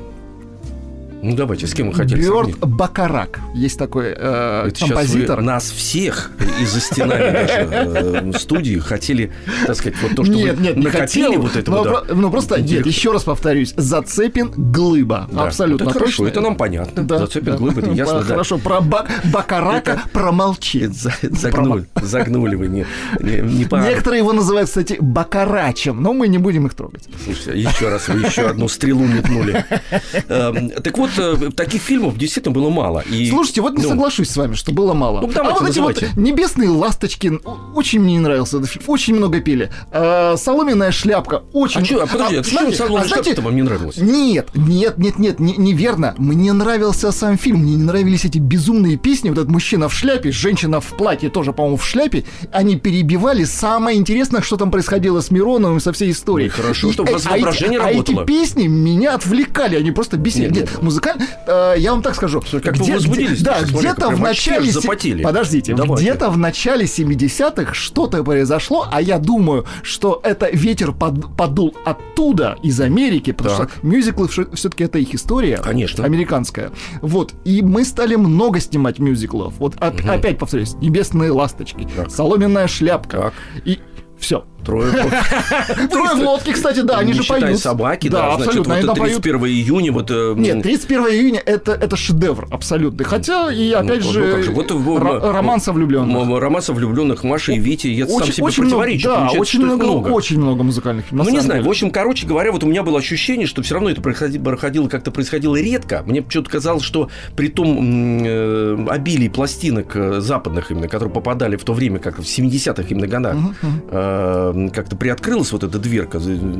Speaker 4: Ну, давайте, с кем вы хотели
Speaker 3: Бёрд
Speaker 4: сравнить?
Speaker 3: Бакарак. Есть такой э, композитор.
Speaker 4: Нас всех из-за стенами даже э, студии хотели, так сказать, вот то, что
Speaker 3: нет,
Speaker 4: вы
Speaker 3: нет, не
Speaker 4: накопили
Speaker 3: хотел,
Speaker 4: вот это
Speaker 3: но,
Speaker 4: вот, да.
Speaker 3: Ну, просто, нет, еще раз повторюсь. Зацепин глыба.
Speaker 4: Да.
Speaker 3: Абсолютно
Speaker 4: это
Speaker 3: точно.
Speaker 4: Хорошо, это нам понятно.
Speaker 3: Да,
Speaker 4: Зацепин
Speaker 3: да.
Speaker 4: глыба, это ясно, да.
Speaker 3: Хорошо, про Бак- Бакарака
Speaker 4: это...
Speaker 3: промолчи.
Speaker 4: Загнули, загнули вы. Не, не, не по...
Speaker 3: Некоторые его называют, кстати, Бакарачем, но мы не будем их трогать.
Speaker 4: Слушайте, еще раз вы еще одну стрелу метнули. Так вот, таких фильмов действительно было мало. И,
Speaker 3: слушайте, вот не ну, соглашусь с вами, что было мало.
Speaker 4: Ну, давайте,
Speaker 3: а вот
Speaker 4: называйте.
Speaker 3: эти вот «Небесные ласточки», очень мне не нравился этот фильм, очень много пели. А, «Соломенная шляпка», очень...
Speaker 4: А, что, а подожди, а, а знаете, соломенная а, шляпка вам не нравилась?
Speaker 3: Нет, нет, нет, нет, не, неверно. Мне нравился сам фильм, мне не нравились эти безумные песни. Вот этот мужчина в шляпе, женщина в платье, тоже, по-моему, в шляпе. Они перебивали самое интересное, что там происходило с Мироновым, со всей историей.
Speaker 4: Ну, хорошо, чтобы
Speaker 3: и,
Speaker 4: у вас воображение
Speaker 3: а,
Speaker 4: работало.
Speaker 3: А эти песни меня отвлекали, они просто бесили. Нет, нет, нет. Музыкально, э, я вам так скажу.
Speaker 4: Как
Speaker 3: где,
Speaker 4: возбудились,
Speaker 3: да, где-то в начале...
Speaker 4: запотели.
Speaker 3: Подождите,
Speaker 4: Давайте.
Speaker 3: где-то в начале семидесятых что-то произошло, а я думаю, что это ветер под, подул оттуда, из Америки, потому так. что мюзиклы все-таки это их история.
Speaker 4: Конечно.
Speaker 3: Американская. Вот. И мы стали много снимать мюзиклов. Вот угу. опять повторюсь, «Небесные ласточки», так. «Соломенная шляпка». Так. И все.
Speaker 4: Трое
Speaker 3: Трое в лодке, кстати, да, они
Speaker 4: не
Speaker 3: же поют.
Speaker 4: Собаки,
Speaker 3: да,
Speaker 4: да,
Speaker 3: абсолютно.
Speaker 4: Значит, вот тридцать первого июня вот...
Speaker 3: Нет, тридцать первого июня это, это шедевр абсолютный. Хотя, и опять ну, же, же вот, р- роман со влюбленных.
Speaker 4: Роман со влюбленных, Маша и Витя, я
Speaker 3: очень,
Speaker 4: сам себе
Speaker 3: очень
Speaker 4: противоречу.
Speaker 3: Много, да, очень много, много. Очень много музыкальных фильмов.
Speaker 4: Ну, не знаю, в общем, короче говоря, вот у меня было ощущение, что все равно это происходило, происходило как-то происходило редко. Мне почему-то казалось, что при том э, обилии пластинок западных именно, которые попадали в то время, как в семидесятых именно годах, uh-huh, uh-huh. Э, как-то приоткрылась вот эта дверка,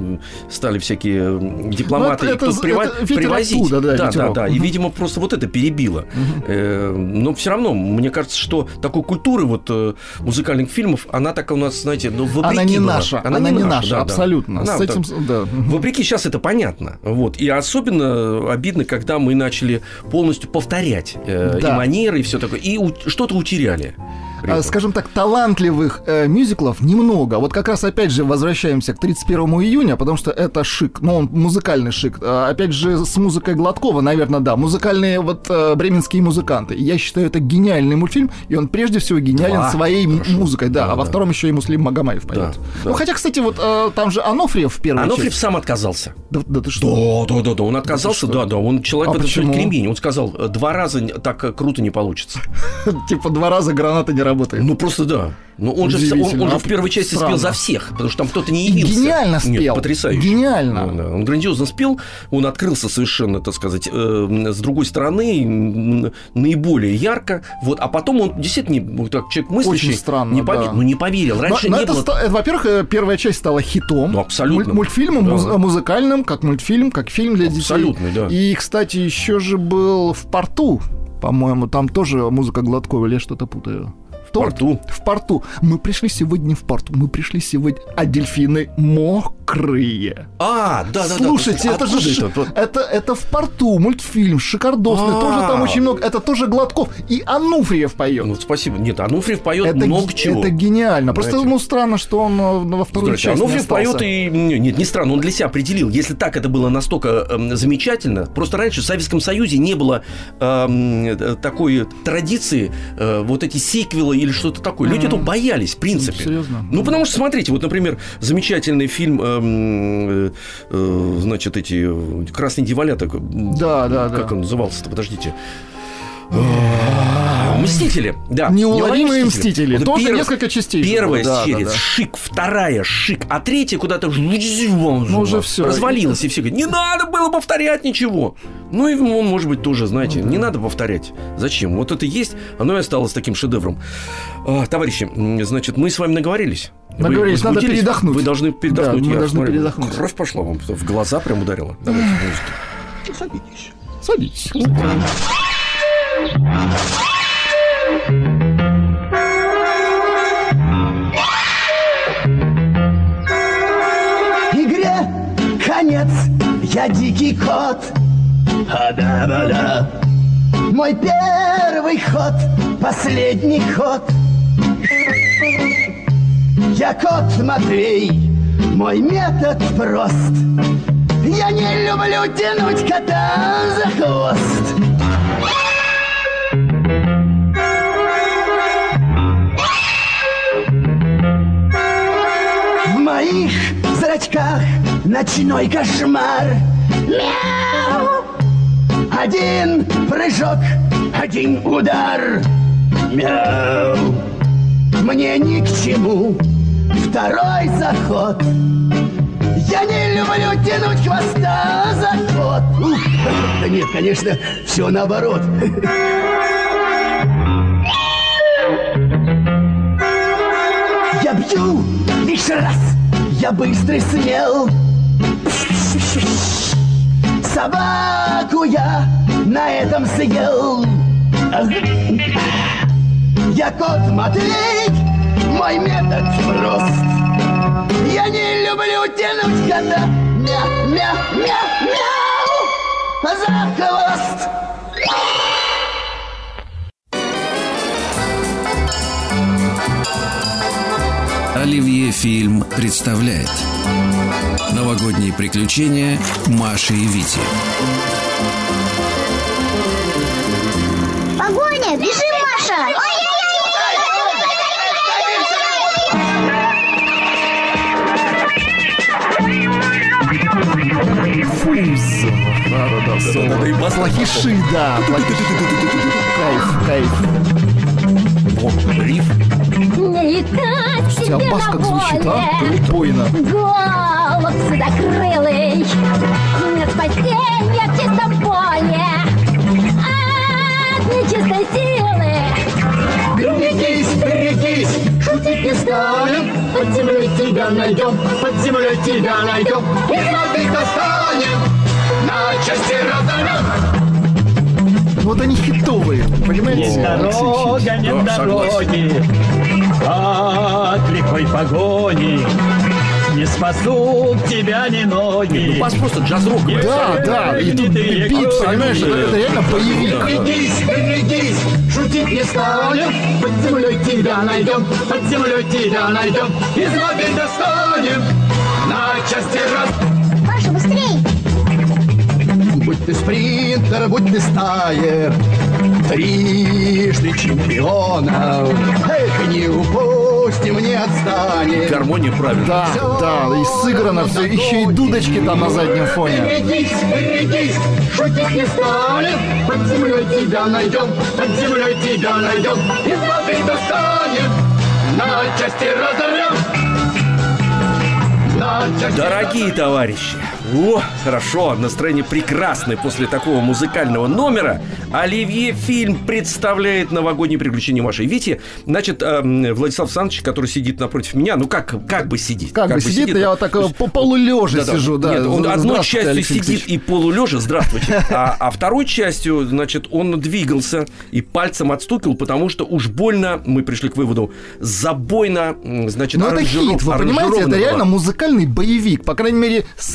Speaker 4: стали всякие дипломаты
Speaker 3: это,
Speaker 4: кто-то прива- привозить.
Speaker 3: Оттуда, да,
Speaker 4: да, да, да.
Speaker 3: Uh-huh.
Speaker 4: И, видимо, просто вот это перебило. Uh-huh. Э, но все равно, мне кажется, что такой культуры вот музыкальных фильмов, она так у нас, знаете, ну, вопреки
Speaker 3: она не
Speaker 4: была.
Speaker 3: наша, она, она не наша, да, абсолютно.
Speaker 4: Да.
Speaker 3: С этим,
Speaker 4: так,
Speaker 3: да.
Speaker 4: Вопреки сейчас это понятно. Вот. И особенно обидно, когда мы начали полностью повторять э, да. и манеры, и все такое, и у- что-то утеряли.
Speaker 3: Скажем так, талантливых э, мюзиклов немного. Вот как раз опять же возвращаемся к тридцать первому июня, потому что это шик, ну он музыкальный шик. А, опять же с музыкой Гладкова, наверное, да, музыкальные вот э, бременские музыканты. Я считаю, это гениальный мультфильм, и он прежде всего гениален Два. своей Хорошо. музыкой, да, да, а во да. втором еще и Муслим Магомаев поет. Да, ну да. хотя, кстати, вот э, там же Анофриев в первой
Speaker 4: Анофриев
Speaker 3: части.
Speaker 4: сам отказался.
Speaker 3: Да, да ты что?
Speaker 4: Да, да, да, да, он отказался, да, да, он человек
Speaker 3: а
Speaker 4: в этом кремень, он сказал, два раза так круто не получится.
Speaker 3: Типа два раза граната не работает.
Speaker 4: Ну просто да. Но он же, он, он же в первой части
Speaker 3: Странно.
Speaker 4: спел за всех, потому что там кто-то не явился.
Speaker 3: Гениально спел.
Speaker 4: Нет, потрясающе.
Speaker 3: Гениально.
Speaker 4: Да, да. Он грандиозно спел, он открылся совершенно, так сказать, э, с другой стороны, наиболее ярко. Вот, а потом он действительно, не, так, человек мыслящий,
Speaker 3: очень странно,
Speaker 4: не поверил.
Speaker 3: Да.
Speaker 4: Ну, не поверил. Раньше
Speaker 3: но,
Speaker 4: не
Speaker 3: но
Speaker 4: было...
Speaker 3: Это, это, во-первых, первая часть стала хитом.
Speaker 4: Ну, абсолютно.
Speaker 3: Муль- мультфильмом,
Speaker 4: да.
Speaker 3: муз- музыкальным, как мультфильм, как фильм для детей.
Speaker 4: Абсолютно, да.
Speaker 3: И, кстати, еще же был «В порту», по-моему, там тоже музыка Гладкова, или я что-то путаю.
Speaker 4: В порту?
Speaker 3: В порту. Мы пришли сегодня в порту. Мы пришли сегодня... А дельфины мокрые.
Speaker 4: А, да, да, да.
Speaker 3: Слушайте, это же... Это? Это, это в порту. Мультфильм шикардосный.
Speaker 4: А-а-а.
Speaker 3: Тоже там очень много. Это тоже Гладков. И Ануфриев поет.
Speaker 4: Ну, спасибо. Нет, Ануфриев поет
Speaker 3: это
Speaker 4: много
Speaker 3: г-
Speaker 4: чего.
Speaker 3: Это гениально. Просто,
Speaker 4: Знаете?
Speaker 3: ну, странно, что он во второй части
Speaker 4: Ануфриев
Speaker 3: не остался.
Speaker 4: поет и... Нет, не странно. Он для себя определил. Если так это было настолько э, замечательно. Просто раньше в Советском Союзе не было э, такой традиции. Э, вот эти сиквелы или что-то такое. Люди этого боялись, в принципе.
Speaker 3: Серьезно?
Speaker 4: Ну, потому что, смотрите, вот, например, замечательный фильм, э, э, значит, эти «Красные дьяволята».
Speaker 3: Да, да, да.
Speaker 4: Как он назывался-то? Подождите. Мстители, да.
Speaker 3: Неуловимые мстители.
Speaker 4: Вот
Speaker 3: Тоже
Speaker 4: перв...
Speaker 3: несколько частей.
Speaker 4: Первая
Speaker 3: да,
Speaker 4: серия,
Speaker 3: да, да.
Speaker 4: шик, вторая шик, а третья куда-то
Speaker 3: ну, уже все.
Speaker 4: развалилась, и все говорят, не надо было повторять ничего. Ну и он, может быть, тоже, знаете, ну, да. не надо повторять. Зачем? Вот это есть, оно и осталось таким шедевром. А, товарищи, значит, мы с вами наговорились.
Speaker 3: Наговорились,
Speaker 4: вы
Speaker 3: надо передохнуть.
Speaker 4: Вы должны передохнуть.
Speaker 3: Да, мы
Speaker 4: Я
Speaker 3: должны
Speaker 4: смотрю,
Speaker 3: передохнуть.
Speaker 4: Кровь пошла вам в глаза прям ударила. Давайте музыки.
Speaker 3: Садитесь. Садитесь.
Speaker 5: Игре конец, я дикий кот. Ада-бада. Мой первый ход, последний ход. Я кот Матвей, мой метод прост. Я не люблю тянуть кота за хвост. В моих зрачках ночной кошмар. Мяу! Один прыжок, один удар. Мяу! Мне ни к чему второй заход. Я не люблю тянуть хвоста за ход. Ух, да нет, конечно, все наоборот. Я бью лишь раз, я быстрый смел. Собаку я на этом съел. Я кот Матвей, мой метод прост. Я не люблю тянуть кота. Мя-мя-мя-мяу за хвост.
Speaker 1: Оливье Фильм представляет новогодние приключения Маши и Вити.
Speaker 2: Погоня! Бежим, Маша!
Speaker 3: Фуз. Да, да, да. Плохиши, да. Кайф, кайф.
Speaker 4: Вот, риф.
Speaker 10: Не летать
Speaker 3: Слушайте,
Speaker 10: себе
Speaker 3: а бас
Speaker 10: на
Speaker 3: как звучит,
Speaker 10: воле.
Speaker 3: а? Убойно.
Speaker 10: Голубь судокрылый, нет спасения в чистом поле от нечистой силы.
Speaker 5: Берегись, берегись, шутить не станем. Под землей тебя найдем, под землей тебя найдем. Из воды достанем, на части разорвем.
Speaker 3: Вот они хитовые, понимаете?
Speaker 11: Нет дорога, нет
Speaker 4: Да,
Speaker 11: дороги, от лихой погони не спасут тебя ни ноги.
Speaker 4: Ну, бас просто джаз-рок.
Speaker 3: Да, да, и тут бит, понимаешь, это, это реально боевик.
Speaker 5: Берегись, берегись, шутить не станем. Под землей тебя найдем, под землей тебя найдем. Из воды достанем, на части раз.
Speaker 2: Маша, быстрей!
Speaker 5: Будь ты спринтер, будь ты стайер, трижды чемпионов. Эх, не упустим, не отстанем.
Speaker 4: Гармония правильно.
Speaker 3: Да, да, и сыграно все, еще и дудочки там на заднем фоне.
Speaker 5: Берегись, берегись, шутить не станем. Под землей тебя найдем, под землей тебя найдем. Из воды достанем, на части разорвем. На части
Speaker 4: Дорогие товарищи, о, хорошо, настроение прекрасное после такого музыкального номера. Оливье Фильм представляет новогодние приключения Маши и Вити. Значит, э, Владислав Александрович, который сидит напротив меня, ну как, как бы сидит?
Speaker 3: Как, как бы сидит, сидит, я вот так по полулежа
Speaker 4: да,
Speaker 3: сижу. Да.
Speaker 4: Нет, он одной частью
Speaker 3: Алексей
Speaker 4: сидит
Speaker 3: Алексеевич.
Speaker 4: и полулежа, здравствуйте, а, а второй частью, значит, он двигался и пальцем отстукивал, потому что уж больно, мы пришли к выводу, забойно, значит,
Speaker 3: ну это хит, вы понимаете, это реально музыкальный боевик. По крайней мере, сам, э,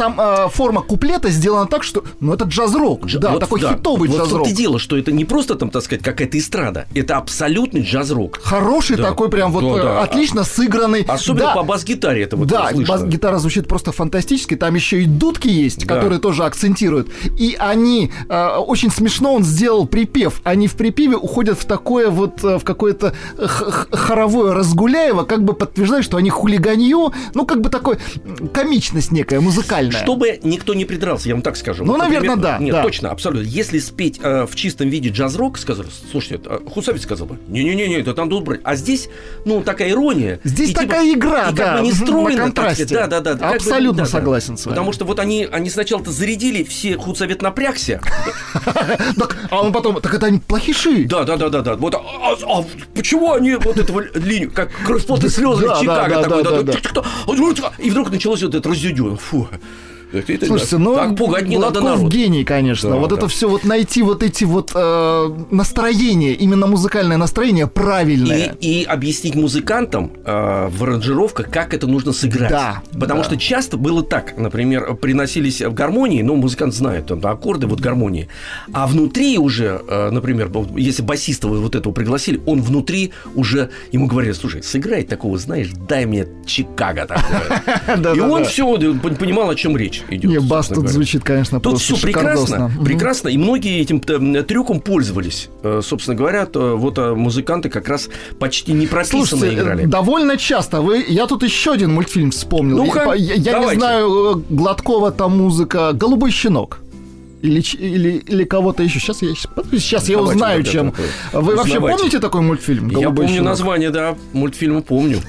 Speaker 3: форма куплета сделана так, что, ну, это джаз-рок, Дж... да, вот, такой да. хитовый
Speaker 4: вот
Speaker 3: джаз-рок.
Speaker 4: Вот и дело, что это не просто, там, так сказать, какая-то эстрада, это абсолютный джаз-рок.
Speaker 3: Хороший да. такой прям вот да, да. отлично сыгранный.
Speaker 4: Особенно
Speaker 3: да.
Speaker 4: по бас-гитаре это вот
Speaker 3: да,
Speaker 4: слышно.
Speaker 3: бас-гитара звучит просто фантастически, там еще и дудки есть, да. которые тоже акцентируют, и они, э, очень смешно он сделал припев, они в припеве уходят в такое вот, в какое-то хоровое разгуляево, как бы подтверждает, что они хулиганье, ну, как бы такой комичность некая, музыкальная.
Speaker 4: Чтобы никто не придрался, я вам так скажу.
Speaker 3: Ну,
Speaker 4: вот,
Speaker 3: наверное,
Speaker 4: например,
Speaker 3: да.
Speaker 4: Нет,
Speaker 3: да.
Speaker 4: точно, абсолютно. Если спеть э, в чистом виде джаз-рок, сказали, слушайте, это, Хусавит сказал бы, не-не-не, это там тут брать. А здесь, ну, такая ирония.
Speaker 3: Здесь
Speaker 4: и,
Speaker 3: такая
Speaker 4: типа,
Speaker 3: игра,
Speaker 4: и
Speaker 3: да,
Speaker 4: как бы не стройно,
Speaker 3: на контрасте.
Speaker 4: Да, да, да.
Speaker 3: Абсолютно
Speaker 4: бы, да,
Speaker 3: согласен
Speaker 4: да.
Speaker 3: с вами.
Speaker 4: Потому что вот они, они сначала-то зарядили, все Худсовет напрягся.
Speaker 3: А он потом, так это они плохиши.
Speaker 4: Да, да, да, да, да. Вот, а почему они вот эту линию, как кровь, пот и слезы в Чикаго такой, и вдруг началось вот это раздюдю. Фу. Это,
Speaker 3: Слушайте, ну,
Speaker 4: так пугать не надо народ.
Speaker 3: Гений, конечно. Да, вот да. это все вот найти вот эти вот э, настроения, именно музыкальное настроение правильное.
Speaker 4: И, и объяснить музыкантам э, в аранжировках, как это нужно сыграть.
Speaker 3: Да,
Speaker 4: Потому
Speaker 3: да.
Speaker 4: что часто было так, например, приносились в гармонии, ну, музыкант знает, там, да, аккорды, вот гармонии. А внутри уже, э, например, если басиста вы вот этого пригласили, он внутри уже, ему говорили, слушай, сыграй такого, знаешь, дай мне Чикаго такое. И он все понимал, о чем речь. Идет,
Speaker 3: не, бас тут говоря. Звучит, конечно,
Speaker 4: тут
Speaker 3: просто
Speaker 4: все прекрасно, прекрасно, и многие этим трюком пользовались. Собственно говоря, то вот музыканты как раз почти не прописанно
Speaker 3: Слушайте,
Speaker 4: играли.
Speaker 3: Довольно часто. Вы, я тут еще один мультфильм вспомнил.
Speaker 4: Ну-ка,
Speaker 3: я я не знаю, Гладкова там музыка. «Голубой щенок». Или, или, или кого-то еще. Сейчас я, сейчас я узнаю, чем. Вы вообще помните такой мультфильм?
Speaker 4: Я помню название, да, мультфильма помню.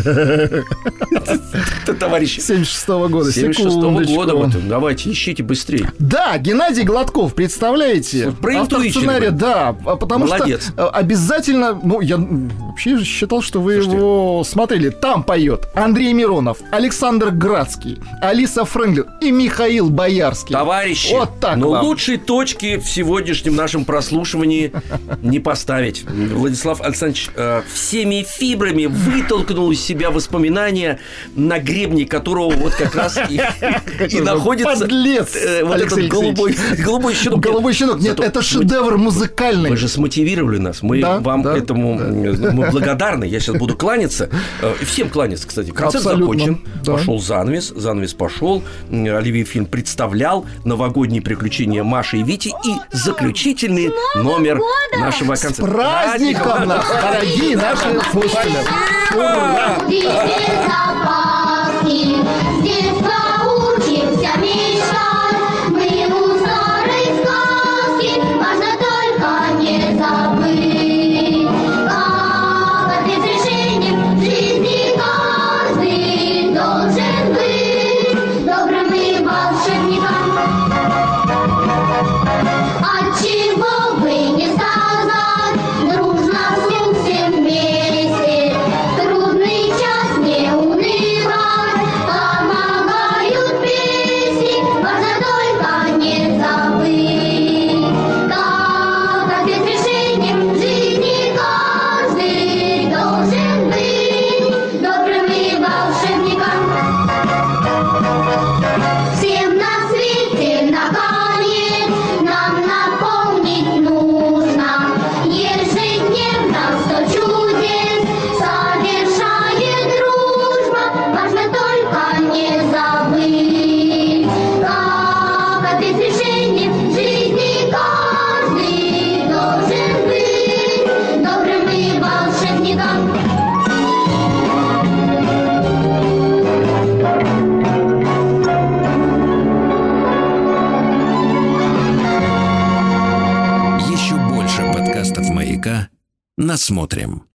Speaker 4: Товарищи.
Speaker 3: семьдесят шестого года.
Speaker 4: семьдесят шестого года. Вот, давайте, ищите быстрее.
Speaker 3: Да, Геннадий Гладков, представляете? Автор сценария, да. Потому
Speaker 4: Молодец.
Speaker 3: что обязательно, ну, я вообще считал, что вы Слушайте. его смотрели. Там поет Андрей Миронов, Александр Градский, Алиса Френдлин и Михаил Боярский.
Speaker 4: Товарищи.
Speaker 3: Вот так.
Speaker 4: Но
Speaker 3: вам.
Speaker 4: лучшей точки в сегодняшнем нашем прослушивании не поставить. Владислав Александрович э, всеми фибрами вытолкнул из себя воспоминания, на гребне которого вот как раз и, и находится
Speaker 3: подлец,
Speaker 4: э, вот этот голубой, голубой щенок.
Speaker 3: Голубой щенок. Нет, Зато это шедевр
Speaker 4: мы,
Speaker 3: музыкальный.
Speaker 4: Вы же смотивировали нас. Мы да, вам да, этому да. мы благодарны. Я сейчас буду кланяться. Э, всем кланяться, кстати. Концерт Абсолютно. закончен. Да. Пошел занавес. Занавес пошел. Оливье фильм представлял новогодние приключения Маши и Вити и заключительный номер года. нашего концерта.
Speaker 3: С праздником нас, дорогие наши слушатели! Ура!
Speaker 1: Насмотрим.